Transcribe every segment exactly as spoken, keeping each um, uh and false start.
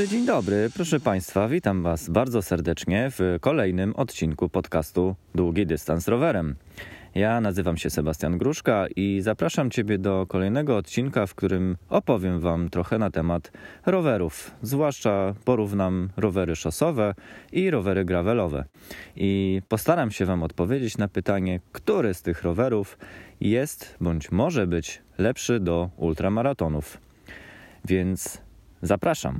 dobry, dzień dobry. Proszę Państwa, witam Was bardzo serdecznie w kolejnym odcinku podcastu Długi Dystans Rowerem. Ja nazywam się Sebastian Gruszka i zapraszam Ciebie do kolejnego odcinka, w którym opowiem Wam trochę na temat rowerów. Zwłaszcza porównam rowery szosowe i rowery gravelowe. I postaram się Wam odpowiedzieć na pytanie, który z tych rowerów jest bądź może być lepszy do ultramaratonów. Więc zapraszam.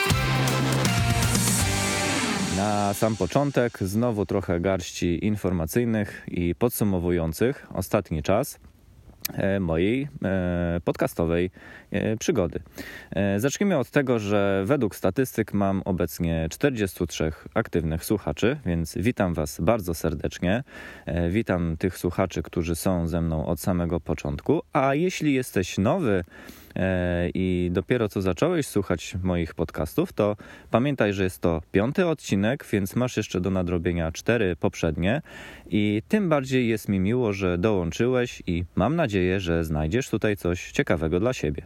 Na sam początek znowu trochę garści informacyjnych i podsumowujących ostatni czas mojej podcastowej przygody. Zacznijmy od tego, że według statystyk mam obecnie czterdziestu trzech aktywnych słuchaczy, więc witam Was bardzo serdecznie. Witam tych słuchaczy, którzy są ze mną od samego początku, a jeśli jesteś nowy i dopiero co zacząłeś słuchać moich podcastów, to pamiętaj, że jest to piąty odcinek, więc masz jeszcze do nadrobienia cztery poprzednie i tym bardziej jest mi miło, że dołączyłeś i mam nadzieję, że znajdziesz tutaj coś ciekawego dla siebie.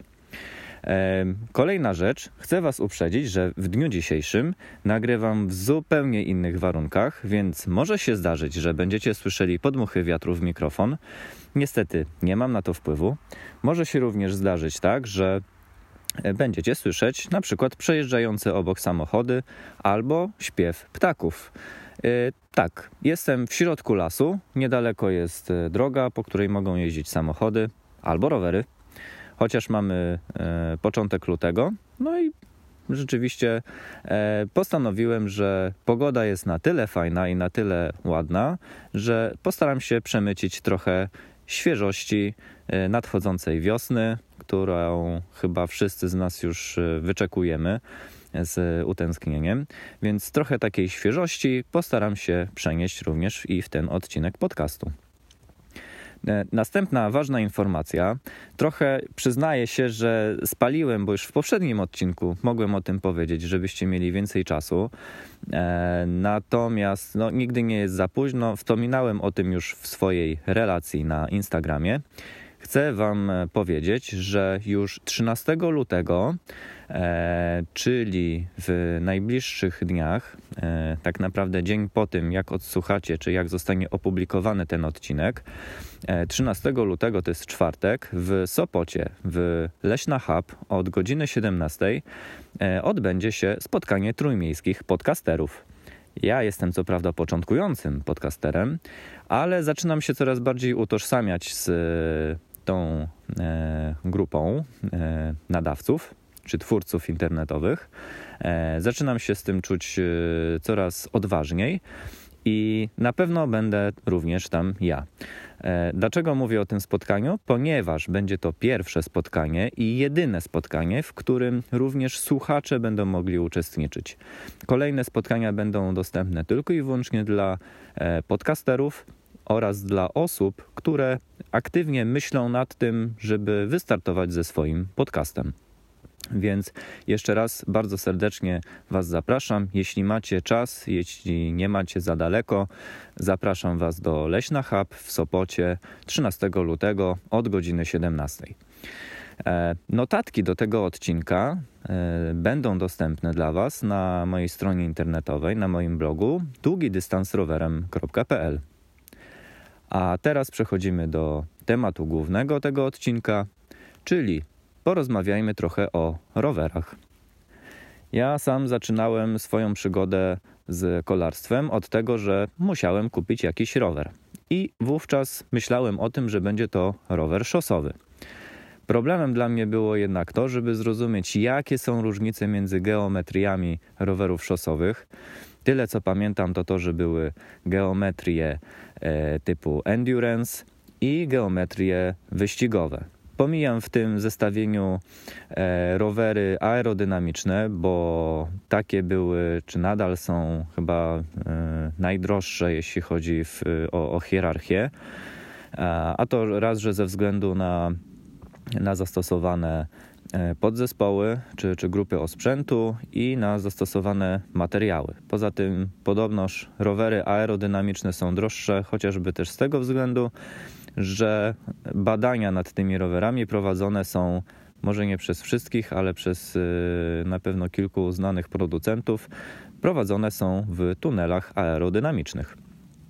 Kolejna rzecz, chcę Was uprzedzić, że w dniu dzisiejszym nagrywam w zupełnie innych warunkach, więc może się zdarzyć, że będziecie słyszeli podmuchy wiatru w mikrofon. Niestety nie mam na to wpływu. Może się również zdarzyć tak, że będziecie słyszeć na przykład przejeżdżające obok samochody albo śpiew ptaków. Yy, tak, jestem w środku lasu, niedaleko jest droga, po której mogą jeździć samochody albo rowery. Chociaż mamy e, początek lutego, no i rzeczywiście e, postanowiłem, że pogoda jest na tyle fajna i na tyle ładna, że postaram się przemycić trochę świeżości e, nadchodzącej wiosny, którą chyba wszyscy z nas już e, wyczekujemy z utęsknieniem, więc trochę takiej świeżości postaram się przenieść również i w ten odcinek podcastu. Następna ważna informacja. Trochę przyznaję się, że spaliłem, bo już w poprzednim odcinku mogłem o tym powiedzieć, żebyście mieli więcej czasu. E, natomiast no, nigdy nie jest za późno. Wspominałem o tym już w swojej relacji na Instagramie. Chcę Wam powiedzieć, że już trzynastego lutego, e, czyli w najbliższych dniach, e, tak naprawdę dzień po tym, jak odsłuchacie, czy jak zostanie opublikowany ten odcinek, e, trzynastego lutego, to jest czwartek, w Sopocie, w Leśna Hub od godziny siedemnastej e, odbędzie się spotkanie trójmiejskich podcasterów. Ja jestem co prawda początkującym podcasterem, ale zaczynam się coraz bardziej utożsamiać z tą e, grupą e, nadawców czy twórców internetowych. E, zaczynam się z tym czuć e, coraz odważniej i na pewno będę również tam ja. E, dlaczego mówię o tym spotkaniu? Ponieważ będzie to pierwsze spotkanie i jedyne spotkanie, w którym również słuchacze będą mogli uczestniczyć. Kolejne spotkania będą dostępne tylko i wyłącznie dla e, podcasterów oraz dla osób, które aktywnie myślą nad tym, żeby wystartować ze swoim podcastem. Więc jeszcze raz bardzo serdecznie Was zapraszam. Jeśli macie czas, jeśli nie macie za daleko, zapraszam Was do Leśna Hub w Sopocie trzynastego lutego od godziny siedemnastej. Notatki do tego odcinka będą dostępne dla Was na mojej stronie internetowej, na moim blogu długidystansrowerem kropka p l. A teraz przechodzimy do tematu głównego tego odcinka, czyli porozmawiajmy trochę o rowerach. Ja sam zaczynałem swoją przygodę z kolarstwem od tego, że musiałem kupić jakiś rower. I wówczas myślałem o tym, że będzie to rower szosowy. Problemem dla mnie było jednak to, żeby zrozumieć, jakie są różnice między geometriami rowerów szosowych. Tyle co pamiętam to to, że były geometrie e, typu endurance i geometrie wyścigowe. Pomijam w tym zestawieniu e, rowery aerodynamiczne, bo takie były, czy nadal są chyba e, najdroższe, jeśli chodzi w, o, o hierarchię. A, a to raz, że ze względu na, na zastosowane podzespoły czy, czy grupy osprzętu i na zastosowane materiały. Poza tym podobnoż rowery aerodynamiczne są droższe, chociażby też z tego względu, że badania nad tymi rowerami prowadzone są może nie przez wszystkich, ale przez na pewno kilku znanych producentów, prowadzone są w tunelach aerodynamicznych.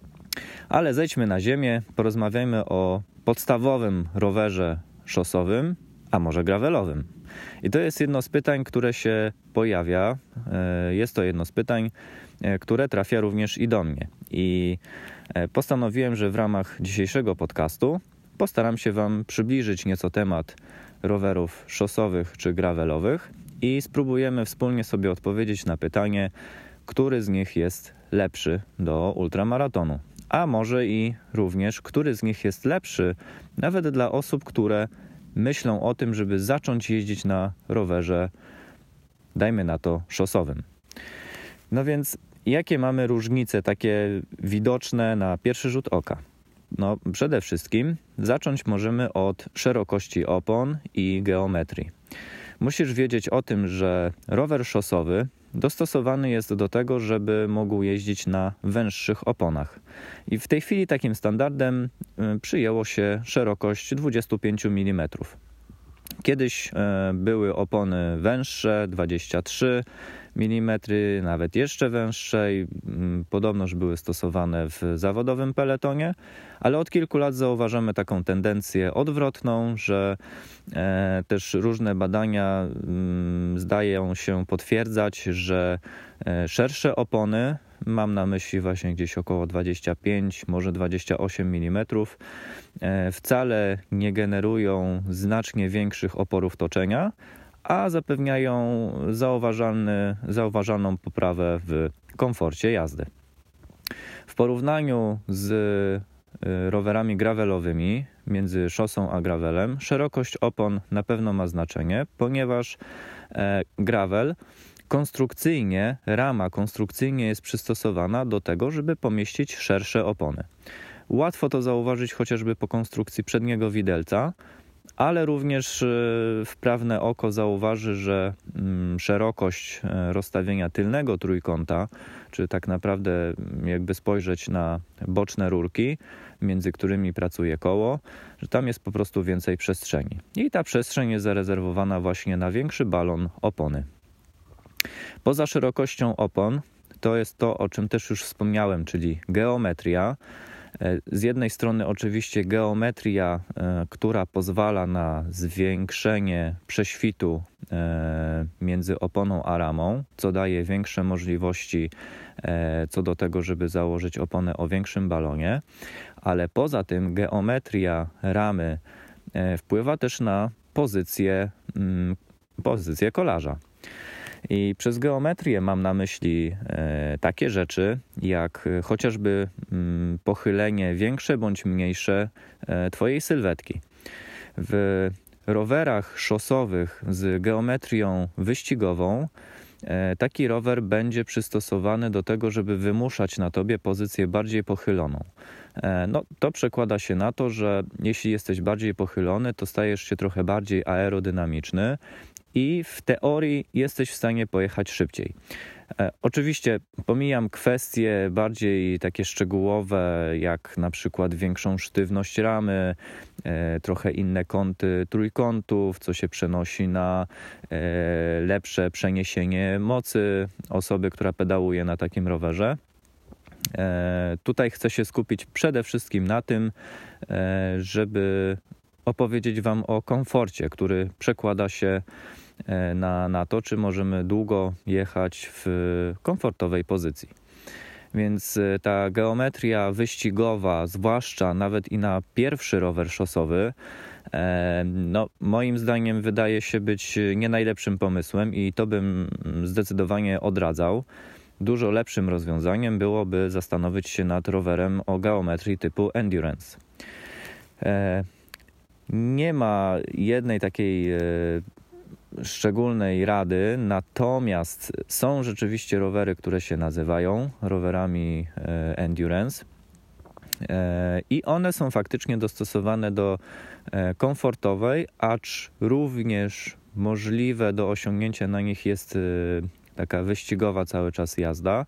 Ale zejdźmy na ziemię, porozmawiajmy o podstawowym rowerze szosowym, a może gravelowym. I to jest jedno z pytań, które się pojawia. Jest to jedno z pytań, które trafia również i do mnie. I postanowiłem, że w ramach dzisiejszego podcastu postaram się Wam przybliżyć nieco temat rowerów szosowych czy gravelowych i spróbujemy wspólnie sobie odpowiedzieć na pytanie, który z nich jest lepszy do ultramaratonu. A może i również, który z nich jest lepszy nawet dla osób, które myślą o tym, żeby zacząć jeździć na rowerze, dajmy na to, szosowym. No więc jakie mamy różnice takie widoczne na pierwszy rzut oka? No przede wszystkim zacząć możemy od szerokości opon i geometrii. Musisz wiedzieć o tym, że rower szosowy dostosowany jest do tego, żeby mógł jeździć na węższych oponach. I w tej chwili takim standardem przyjęło się szerokość dwadzieścia pięć milimetrów. Kiedyś były opony węższe, dwadzieścia trzy milimetry, nawet jeszcze węższe i podobnoż były stosowane w zawodowym peletonie, ale od kilku lat zauważamy taką tendencję odwrotną, że e, też różne badania m, zdają się potwierdzać, że e, szersze opony, mam na myśli właśnie gdzieś około dwadzieścia pięć, może dwadzieścia osiem milimetrów, e, wcale nie generują znacznie większych oporów toczenia, a zapewniają zauważalny, zauważalną poprawę w komforcie jazdy. W porównaniu z rowerami gravelowymi, między szosą a gravelem, szerokość opon na pewno ma znaczenie, ponieważ gravel konstrukcyjnie, rama konstrukcyjnie jest przystosowana do tego, żeby pomieścić szersze opony. Łatwo to zauważyć chociażby po konstrukcji przedniego widelca, ale również wprawne oko zauważy, że szerokość rozstawienia tylnego trójkąta, czy tak naprawdę jakby spojrzeć na boczne rurki, między którymi pracuje koło, że tam jest po prostu więcej przestrzeni. I ta przestrzeń jest zarezerwowana właśnie na większy balon opony. Poza szerokością opon to jest to, o czym też już wspomniałem, czyli geometria. Z jednej strony oczywiście geometria, która pozwala na zwiększenie prześwitu między oponą a ramą, co daje większe możliwości co do tego, żeby założyć oponę o większym balonie, ale poza tym geometria ramy wpływa też na pozycję, pozycję kolarza. I przez geometrię mam na myśli e, takie rzeczy, jak chociażby m, pochylenie większe bądź mniejsze e, Twojej sylwetki. W rowerach szosowych z geometrią wyścigową e, taki rower będzie przystosowany do tego, żeby wymuszać na Tobie pozycję bardziej pochyloną. E, no, to przekłada się na to, że jeśli jesteś bardziej pochylony, to stajesz się trochę bardziej aerodynamiczny, i w teorii jesteś w stanie pojechać szybciej. E, oczywiście pomijam kwestie bardziej takie szczegółowe, jak na przykład większą sztywność ramy, e, trochę inne kąty trójkątów, co się przenosi na e, lepsze przeniesienie mocy osoby, która pedałuje na takim rowerze. E, tutaj chcę się skupić przede wszystkim na tym, e, żeby opowiedzieć Wam o komforcie, który przekłada się na, na to, czy możemy długo jechać w komfortowej pozycji. Więc ta geometria wyścigowa, zwłaszcza nawet i na pierwszy rower szosowy, no, moim zdaniem wydaje się być nie najlepszym pomysłem i to bym zdecydowanie odradzał. Dużo lepszym rozwiązaniem byłoby zastanowić się nad rowerem o geometrii typu endurance. Nie ma jednej takiej szczególnej rady, natomiast są rzeczywiście rowery, które się nazywają rowerami endurance i one są faktycznie dostosowane do komfortowej, acz również możliwe do osiągnięcia na nich jest taka wyścigowa cały czas jazda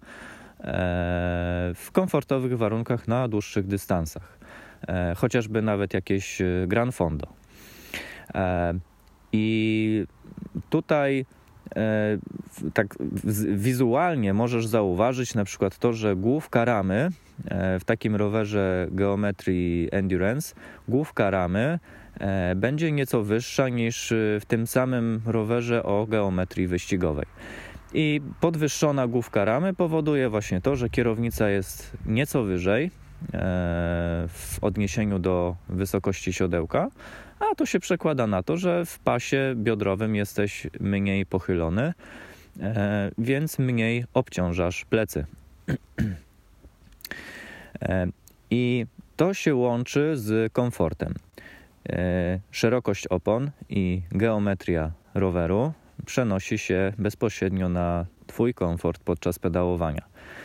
w komfortowych warunkach na dłuższych dystansach, chociażby nawet jakieś Gran Fondo. I tutaj tak wizualnie możesz zauważyć na przykład to, że główka ramy w takim rowerze Geometry Endurance, główka ramy będzie nieco wyższa niż w tym samym rowerze o geometrii wyścigowej. I podwyższona główka ramy powoduje właśnie to, że kierownica jest nieco wyżej w odniesieniu do wysokości siodełka, a to się przekłada na to, że w pasie biodrowym jesteś mniej pochylony, więc mniej obciążasz plecy. I to się łączy z komfortem. Szerokość opon i geometria roweru przenosi się bezpośrednio na Twój komfort podczas pedałowania.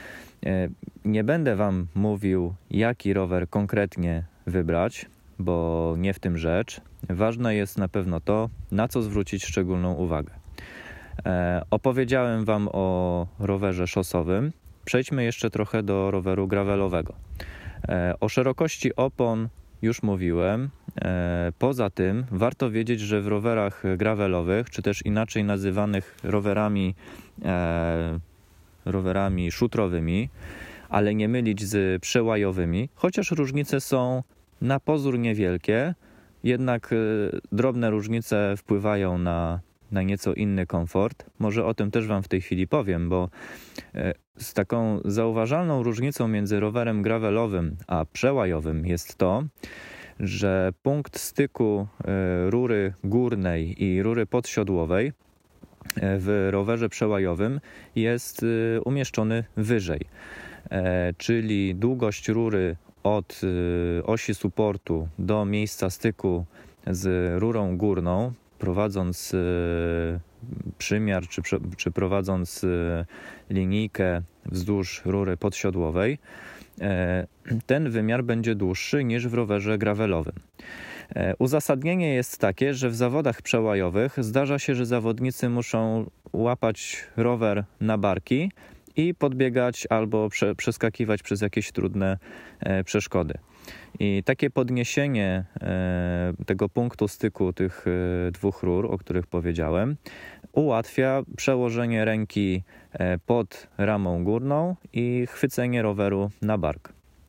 Nie będę Wam mówił, jaki rower konkretnie wybrać, bo nie w tym rzecz. Ważne jest na pewno to, na co zwrócić szczególną uwagę. E, opowiedziałem Wam o rowerze szosowym. Przejdźmy jeszcze trochę do roweru gravelowego. E, o szerokości opon już mówiłem. E, poza tym warto wiedzieć, że w rowerach gravelowych, czy też inaczej nazywanych rowerami, e, rowerami szutrowymi, ale nie mylić z przełajowymi, chociaż różnice są na pozór niewielkie, jednak drobne różnice wpływają na, na nieco inny komfort. Może o tym też Wam w tej chwili powiem, bo z taką zauważalną różnicą między rowerem gravelowym a przełajowym jest to, że punkt styku rury górnej i rury podsiodłowej w rowerze przełajowym jest umieszczony wyżej, czyli długość rury od osi suportu do miejsca styku z rurą górną, prowadząc przymiar czy, czy prowadząc linijkę wzdłuż rury podsiodłowej, ten wymiar będzie dłuższy niż w rowerze gravelowym. Uzasadnienie jest takie, że w zawodach przełajowych zdarza się, że zawodnicy muszą łapać rower na barki i podbiegać albo prze, przeskakiwać przez jakieś trudne e, przeszkody. I takie podniesienie e, tego punktu styku tych e, dwóch rur, o których powiedziałem, ułatwia przełożenie ręki e, pod ramą górną i chwycenie roweru na bark.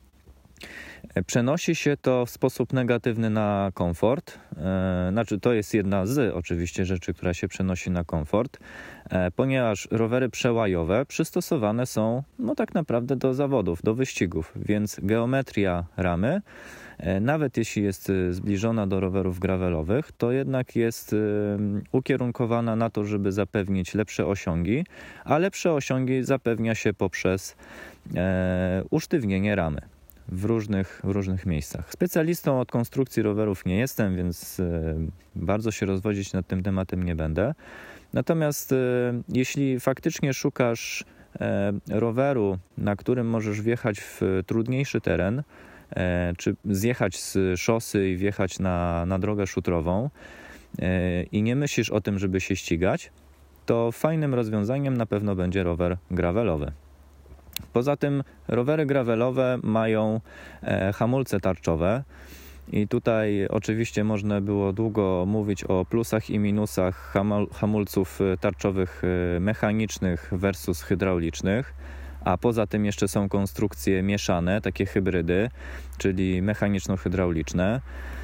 Przenosi się to w sposób negatywny na komfort, e, znaczy to jest jedna z oczywiście rzeczy, która się przenosi na komfort, e, ponieważ rowery przełajowe przystosowane są no tak naprawdę do zawodów, do wyścigów, więc geometria ramy, e, nawet jeśli jest zbliżona do rowerów gravelowych, to jednak jest e, ukierunkowana na to, żeby zapewnić lepsze osiągi, a lepsze osiągi zapewnia się poprzez e, usztywnienie ramy w różnych, w różnych miejscach. Specjalistą od konstrukcji rowerów nie jestem, więc bardzo się rozwodzić nad tym tematem nie będę. Natomiast jeśli faktycznie szukasz roweru, na którym możesz wjechać w trudniejszy teren, czy zjechać z szosy i wjechać na, na drogę szutrową i nie myślisz o tym, żeby się ścigać, to fajnym rozwiązaniem na pewno będzie rower gravelowy. Poza tym rowery gravelowe mają hamulce tarczowe i tutaj oczywiście można było długo mówić o plusach i minusach hamulców tarczowych mechanicznych versus hydraulicznych, a poza tym jeszcze są konstrukcje mieszane, takie hybrydy, czyli mechaniczno-hydrauliczne.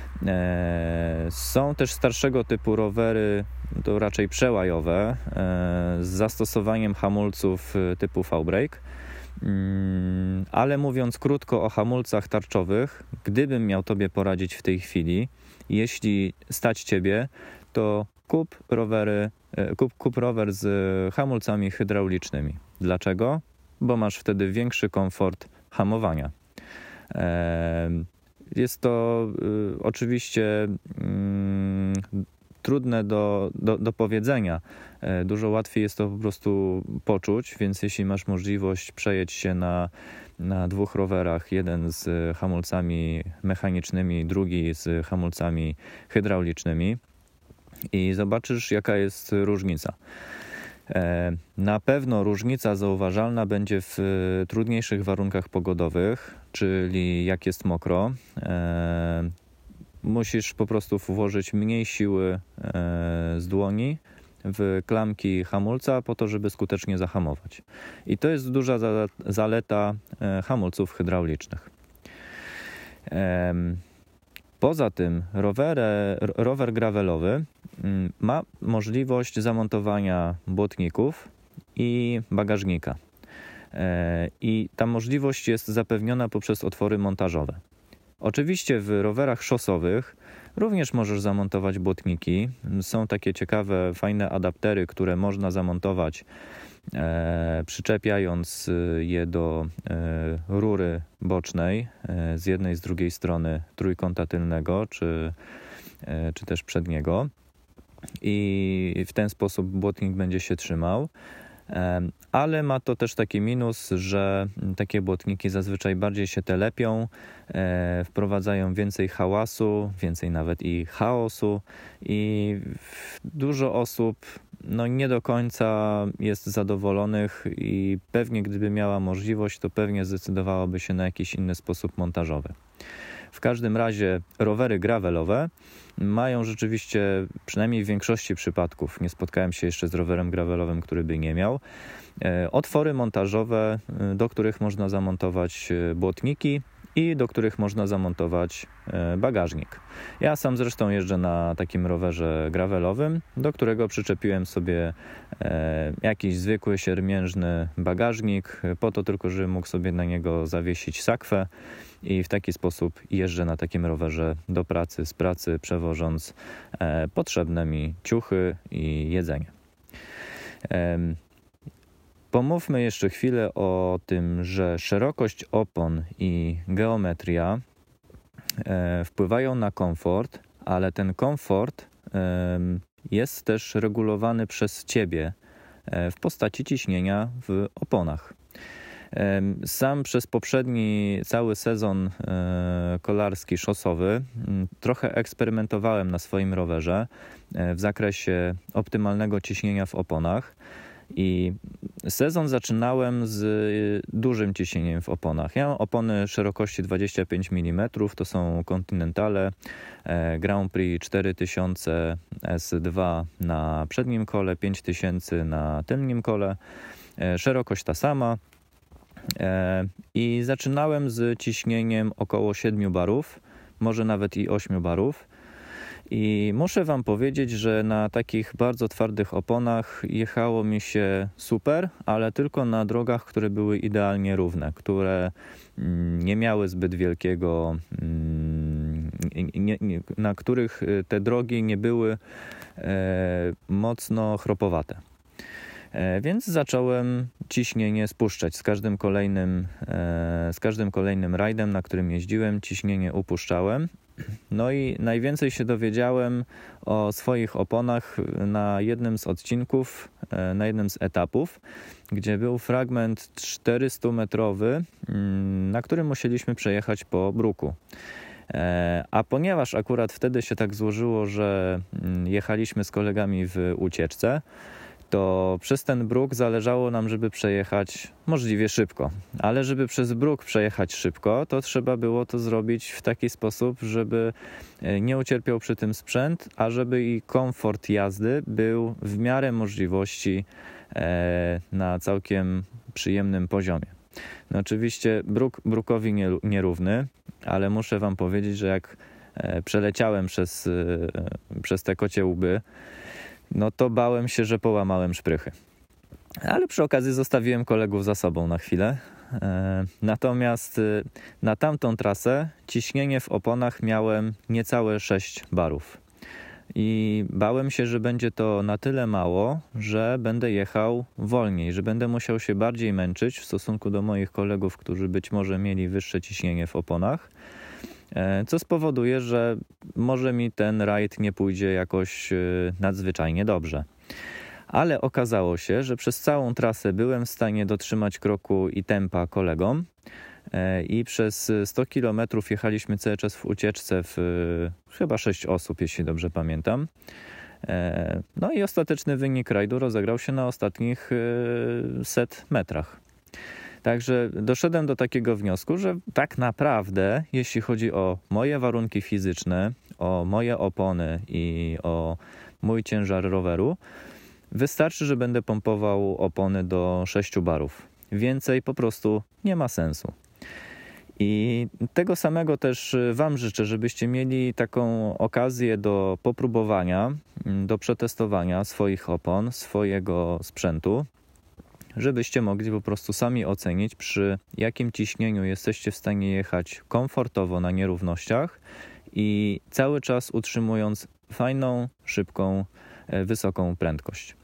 Są też starszego typu rowery, to raczej przełajowe, z zastosowaniem hamulców typu V-brake. Ale mówiąc krótko o hamulcach tarczowych, gdybym miał Tobie poradzić w tej chwili, jeśli stać Ciebie, to kup rowery, kup, kup rower z hamulcami hydraulicznymi. Dlaczego? Bo masz wtedy większy komfort hamowania. Jest to oczywiście trudne do, do, do powiedzenia. Dużo łatwiej jest to po prostu poczuć, więc jeśli masz możliwość przejedź się na, na dwóch rowerach, jeden z hamulcami mechanicznymi, drugi z hamulcami hydraulicznymi i zobaczysz, jaka jest różnica. Na pewno różnica zauważalna będzie w trudniejszych warunkach pogodowych, czyli jak jest mokro. musisz po prostu włożyć mniej siły z dłoni w klamki hamulca po to, żeby skutecznie zahamować. I to jest duża zaleta hamulców hydraulicznych. Poza tym rower, rower gravelowy ma możliwość zamontowania błotników i bagażnika. I ta możliwość jest zapewniona poprzez otwory montażowe. Oczywiście w rowerach szosowych również możesz zamontować błotniki. Są takie ciekawe, fajne adaptery, które można zamontować e, przyczepiając je do e, rury bocznej e, z jednej, z drugiej strony trójkąta tylnego czy, e, czy też przedniego. I w ten sposób błotnik będzie się trzymał. Ale ma to też taki minus, że takie błotniki zazwyczaj bardziej się telepią, wprowadzają więcej hałasu, więcej nawet i chaosu i dużo osób no, nie do końca jest zadowolonych i pewnie gdyby miała możliwość, to pewnie zdecydowałaby się na jakiś inny sposób montażowy. W każdym razie rowery gravelowe mają rzeczywiście, przynajmniej w większości przypadków, nie spotkałem się jeszcze z rowerem gravelowym, który by nie miał, otwory montażowe, do których można zamontować błotniki i do których można zamontować bagażnik. Ja sam zresztą jeżdżę na takim rowerze gravelowym, do którego przyczepiłem sobie jakiś zwykły, siermiężny bagażnik, po to tylko, żebym mógł sobie na niego zawiesić sakwę i w taki sposób jeżdżę na takim rowerze do pracy, z pracy, przewożąc potrzebne mi ciuchy i jedzenie. Pomówmy jeszcze chwilę o tym, że szerokość opon i geometria wpływają na komfort, ale ten komfort jest też regulowany przez Ciebie w postaci ciśnienia w oponach. Sam przez poprzedni cały sezon kolarski, szosowy trochę eksperymentowałem na swoim rowerze w zakresie optymalnego ciśnienia w oponach. I sezon zaczynałem z dużym ciśnieniem w oponach. Ja mam opony szerokości dwadzieścia pięć milimetrów, to są Continentale Grand Prix cztery tysiące S dwa na przednim kole, pięć tysięcy na tylnym kole. Szerokość ta sama. I zaczynałem z ciśnieniem około siedmiu barów, może nawet i ośmiu barów. I muszę Wam powiedzieć, że na takich bardzo twardych oponach jechało mi się super, ale tylko na drogach, które były idealnie równe, które nie miały zbyt wielkiego, nie, nie, na których te drogi nie były e, mocno chropowate. E, więc zacząłem ciśnienie spuszczać z każdym kolejnym, e, z każdym kolejnym rajdem, na którym jeździłem, ciśnienie upuszczałem. No i najwięcej się dowiedziałem o swoich oponach na jednym z odcinków, na jednym z etapów, gdzie był fragment czterystumetrowy, na którym musieliśmy przejechać po bruku. A ponieważ akurat wtedy się tak złożyło, że jechaliśmy z kolegami w ucieczce, to przez ten bruk zależało nam, żeby przejechać możliwie szybko. Ale żeby przez bruk przejechać szybko, to trzeba było to zrobić w taki sposób, żeby nie ucierpiał przy tym sprzęt, a żeby i komfort jazdy był w miarę możliwości na całkiem przyjemnym poziomie. No oczywiście bruk brukowi nierówny, ale muszę Wam powiedzieć, że jak przeleciałem przez, przez te kocie łby, no to bałem się, że połamałem szprychy. Ale przy okazji zostawiłem kolegów za sobą na chwilę. Natomiast na tamtą trasę ciśnienie w oponach miałem niecałe sześć barów. I bałem się, że będzie to na tyle mało, że będę jechał wolniej, że będę musiał się bardziej męczyć w stosunku do moich kolegów, którzy być może mieli wyższe ciśnienie w oponach. Co spowoduje, że może mi ten rajd nie pójdzie jakoś nadzwyczajnie dobrze. Ale okazało się, że przez całą trasę byłem w stanie dotrzymać kroku i tempa kolegom i przez sto kilometrów jechaliśmy cały czas w ucieczce w chyba sześć osób, jeśli dobrze pamiętam. No i ostateczny wynik rajdu rozegrał się na ostatnich set metrach. Także doszedłem do takiego wniosku, że tak naprawdę, jeśli chodzi o moje warunki fizyczne, o moje opony i o mój ciężar roweru, wystarczy, że będę pompował opony do sześciu barów. Więcej po prostu nie ma sensu. I tego samego też Wam życzę, żebyście mieli taką okazję do popróbowania, do przetestowania swoich opon, swojego sprzętu, żebyście mogli po prostu sami ocenić, przy jakim ciśnieniu jesteście w stanie jechać komfortowo na nierównościach i cały czas utrzymując fajną, szybką, wysoką prędkość.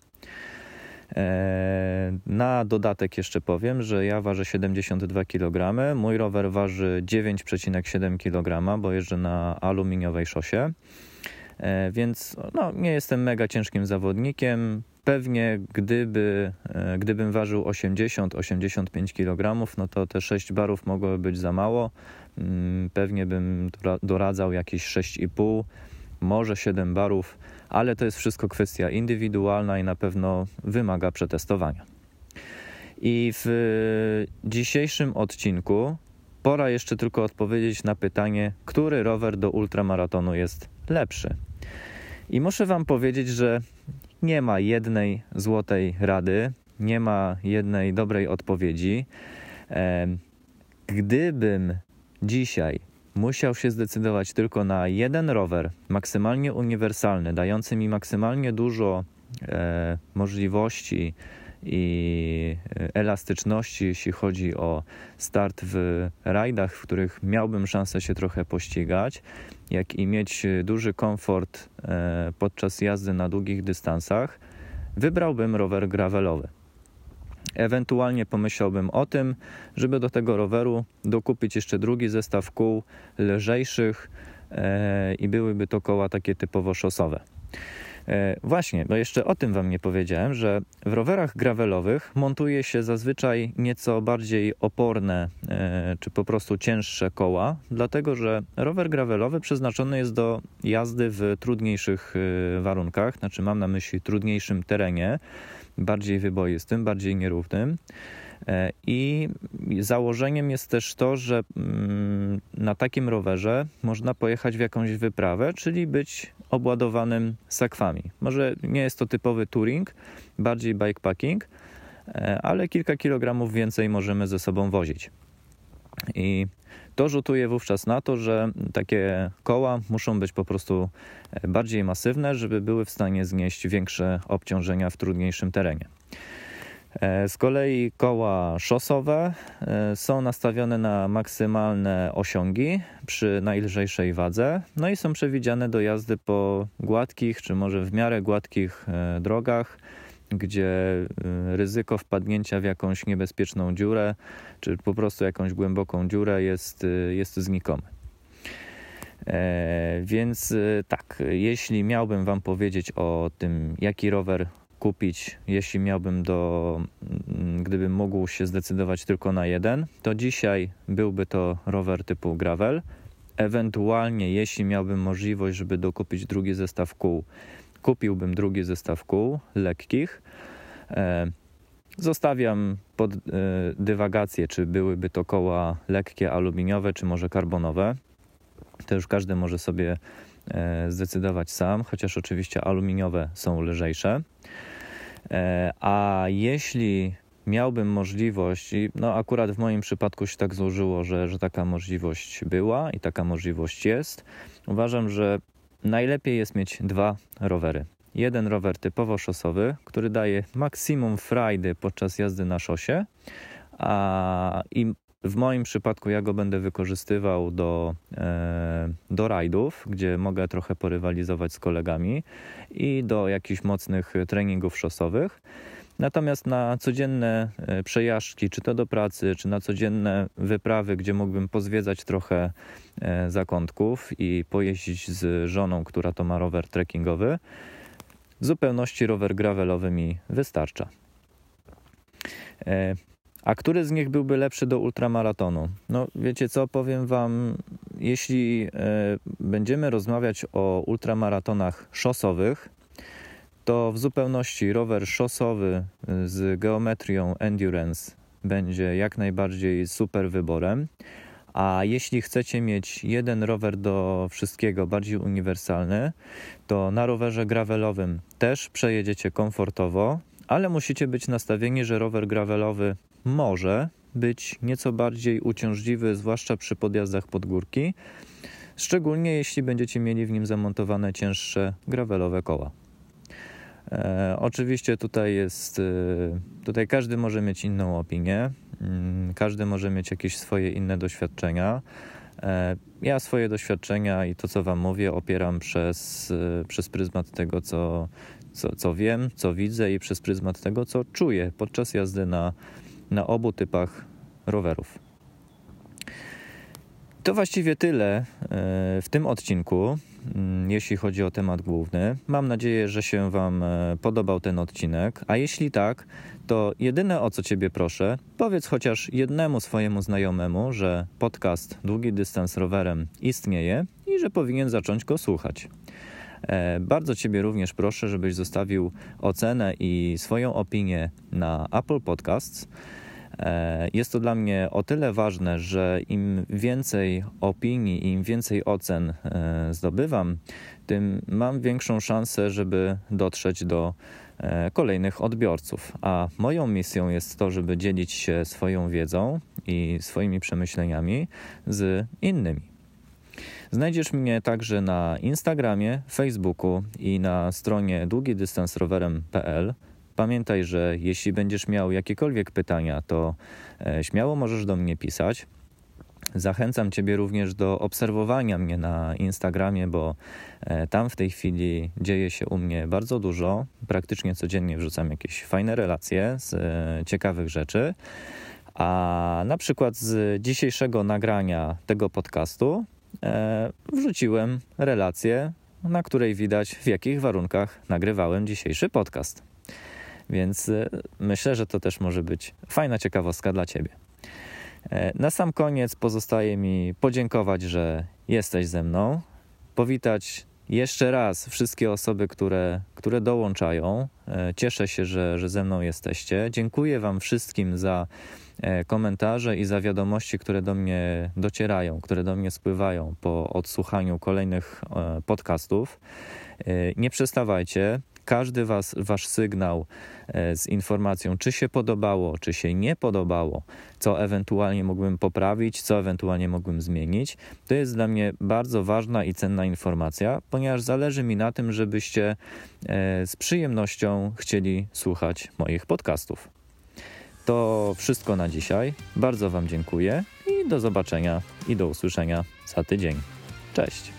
Na dodatek jeszcze powiem, że ja ważę siedemdziesiąt dwa kilogramy, mój rower waży dziewięć przecinek siedem kilograma, bo jeżdżę na aluminiowej szosie, więc no, nie jestem mega ciężkim zawodnikiem. Pewnie gdyby, gdybym ważył osiemdziesiąt do osiemdziesięciu pięciu kilogramów, no to te sześć barów mogłoby być za mało. Pewnie bym doradzał jakieś sześć i pół, może siedem barów, ale to jest wszystko kwestia indywidualna i na pewno wymaga przetestowania. I w dzisiejszym odcinku pora jeszcze tylko odpowiedzieć na pytanie, który rower do ultramaratonu jest lepszy. I muszę Wam powiedzieć, że nie ma jednej złotej rady, nie ma jednej dobrej odpowiedzi. Gdybym dzisiaj musiał się zdecydować tylko na jeden rower, maksymalnie uniwersalny, dający mi maksymalnie dużo e, możliwości i elastyczności, jeśli chodzi o start w rajdach, w których miałbym szansę się trochę pościgać, jak i mieć duży komfort e, podczas jazdy na długich dystansach, wybrałbym rower gravelowy. Ewentualnie pomyślałbym o tym, żeby do tego roweru dokupić jeszcze drugi zestaw kół lżejszych e, i byłyby to koła takie typowo szosowe. E, właśnie, bo jeszcze o tym Wam nie powiedziałem, że w rowerach gravelowych montuje się zazwyczaj nieco bardziej oporne e, czy po prostu cięższe koła, dlatego że rower gravelowy przeznaczony jest do jazdy w trudniejszych e, warunkach, znaczy mam na myśli trudniejszym terenie, bardziej wyboistym, bardziej nierównym. I założeniem jest też to, że na takim rowerze można pojechać w jakąś wyprawę, czyli być obładowanym sakwami. Może nie jest to typowy touring, bardziej bikepacking, ale kilka kilogramów więcej możemy ze sobą wozić. I to rzutuje wówczas na to, że takie koła muszą być po prostu bardziej masywne, żeby były w stanie znieść większe obciążenia w trudniejszym terenie. Z kolei koła szosowe są nastawione na maksymalne osiągi przy najlżejszej wadze, no i są przewidziane do jazdy po gładkich, czy może w miarę gładkich drogach, gdzie ryzyko wpadnięcia w jakąś niebezpieczną dziurę, czy po prostu jakąś głęboką dziurę jest, jest znikome. E, więc tak, jeśli miałbym Wam powiedzieć o tym, jaki rower kupić, jeśli miałbym do, gdybym mógł się zdecydować tylko na jeden, to dzisiaj byłby to rower typu gravel. Ewentualnie, jeśli miałbym możliwość, żeby dokupić drugi zestaw kół, kupiłbym drugi zestaw kół lekkich. Zostawiam pod dywagację, czy byłyby to koła lekkie, aluminiowe, czy może karbonowe. To już każdy może sobie zdecydować sam, chociaż oczywiście aluminiowe są lżejsze. A jeśli miałbym możliwość, i no akurat w moim przypadku się tak złożyło, że, że taka możliwość była i taka możliwość jest, uważam, że najlepiej jest mieć dwa rowery. Jeden rower typowo szosowy, który daje maksimum frajdy podczas jazdy na szosie, a i w moim przypadku ja go będę wykorzystywał do, e, do rajdów, gdzie mogę trochę porywalizować z kolegami i do jakichś mocnych treningów szosowych. Natomiast na codzienne przejażdżki, czy to do pracy, czy na codzienne wyprawy, gdzie mógłbym pozwiedzać trochę zakątków i pojeździć z żoną, która to ma rower trekkingowy, w zupełności rower gravelowy mi wystarcza. A który z nich byłby lepszy do ultramaratonu? No wiecie co, powiem Wam, jeśli będziemy rozmawiać o ultramaratonach szosowych, to w zupełności rower szosowy z geometrią endurance będzie jak najbardziej super wyborem, A jeśli chcecie mieć jeden rower do wszystkiego, bardziej uniwersalny, to na rowerze gravelowym też przejedziecie komfortowo, ale musicie być nastawieni, że rower gravelowy może być nieco bardziej uciążliwy, zwłaszcza przy podjazdach pod górki, szczególnie jeśli będziecie mieli w nim zamontowane cięższe gravelowe koła. E, oczywiście tutaj jest, e, tutaj każdy może mieć inną opinię, mm, każdy może mieć jakieś swoje inne doświadczenia. E, ja swoje doświadczenia i to, co wam mówię, opieram przez, e, przez pryzmat tego, co, co, co wiem, co widzę i przez pryzmat tego, co czuję podczas jazdy na, na obu typach rowerów. To właściwie tyle w tym odcinku, jeśli chodzi o temat główny. Mam nadzieję, że się wam podobał ten odcinek, a jeśli tak, to jedyne, o co ciebie proszę, powiedz chociaż jednemu swojemu znajomemu, że podcast Długi Dystans Rowerem istnieje i że powinien zacząć go słuchać. Bardzo ciebie również proszę, żebyś zostawił ocenę i swoją opinię na Apple Podcasts. Jest to dla mnie o tyle ważne, że im więcej opinii i im więcej ocen zdobywam, tym mam większą szansę, żeby dotrzeć do kolejnych odbiorców. A moją misją jest to, żeby dzielić się swoją wiedzą i swoimi przemyśleniami z innymi. Znajdziesz mnie także na Instagramie, Facebooku i na stronie długi dystans rowerem kropka p l. Pamiętaj, że jeśli będziesz miał jakiekolwiek pytania, to śmiało możesz do mnie pisać. Zachęcam ciebie również do obserwowania mnie na Instagramie, bo tam w tej chwili dzieje się u mnie bardzo dużo. Praktycznie codziennie wrzucam jakieś fajne relacje z ciekawych rzeczy. A na przykład z dzisiejszego nagrania tego podcastu wrzuciłem relację, na której widać, w jakich warunkach nagrywałem dzisiejszy podcast. Więc myślę, że to też może być fajna ciekawostka dla ciebie. Na sam koniec pozostaje mi podziękować, że jesteś ze mną, powitać jeszcze raz wszystkie osoby, które, które dołączają. Cieszę się, że, że ze mną jesteście. Dziękuję wam wszystkim za komentarze i za wiadomości, które do mnie docierają, które do mnie spływają po odsłuchaniu kolejnych podcastów. Nie przestawajcie. Każdy was, wasz sygnał z informacją, czy się podobało, czy się nie podobało, co ewentualnie mógłbym poprawić, co ewentualnie mógłbym zmienić, to jest dla mnie bardzo ważna i cenna informacja, ponieważ zależy mi na tym, żebyście z przyjemnością chcieli słuchać moich podcastów. To wszystko na dzisiaj. Bardzo wam dziękuję i do zobaczenia i do usłyszenia za tydzień. Cześć!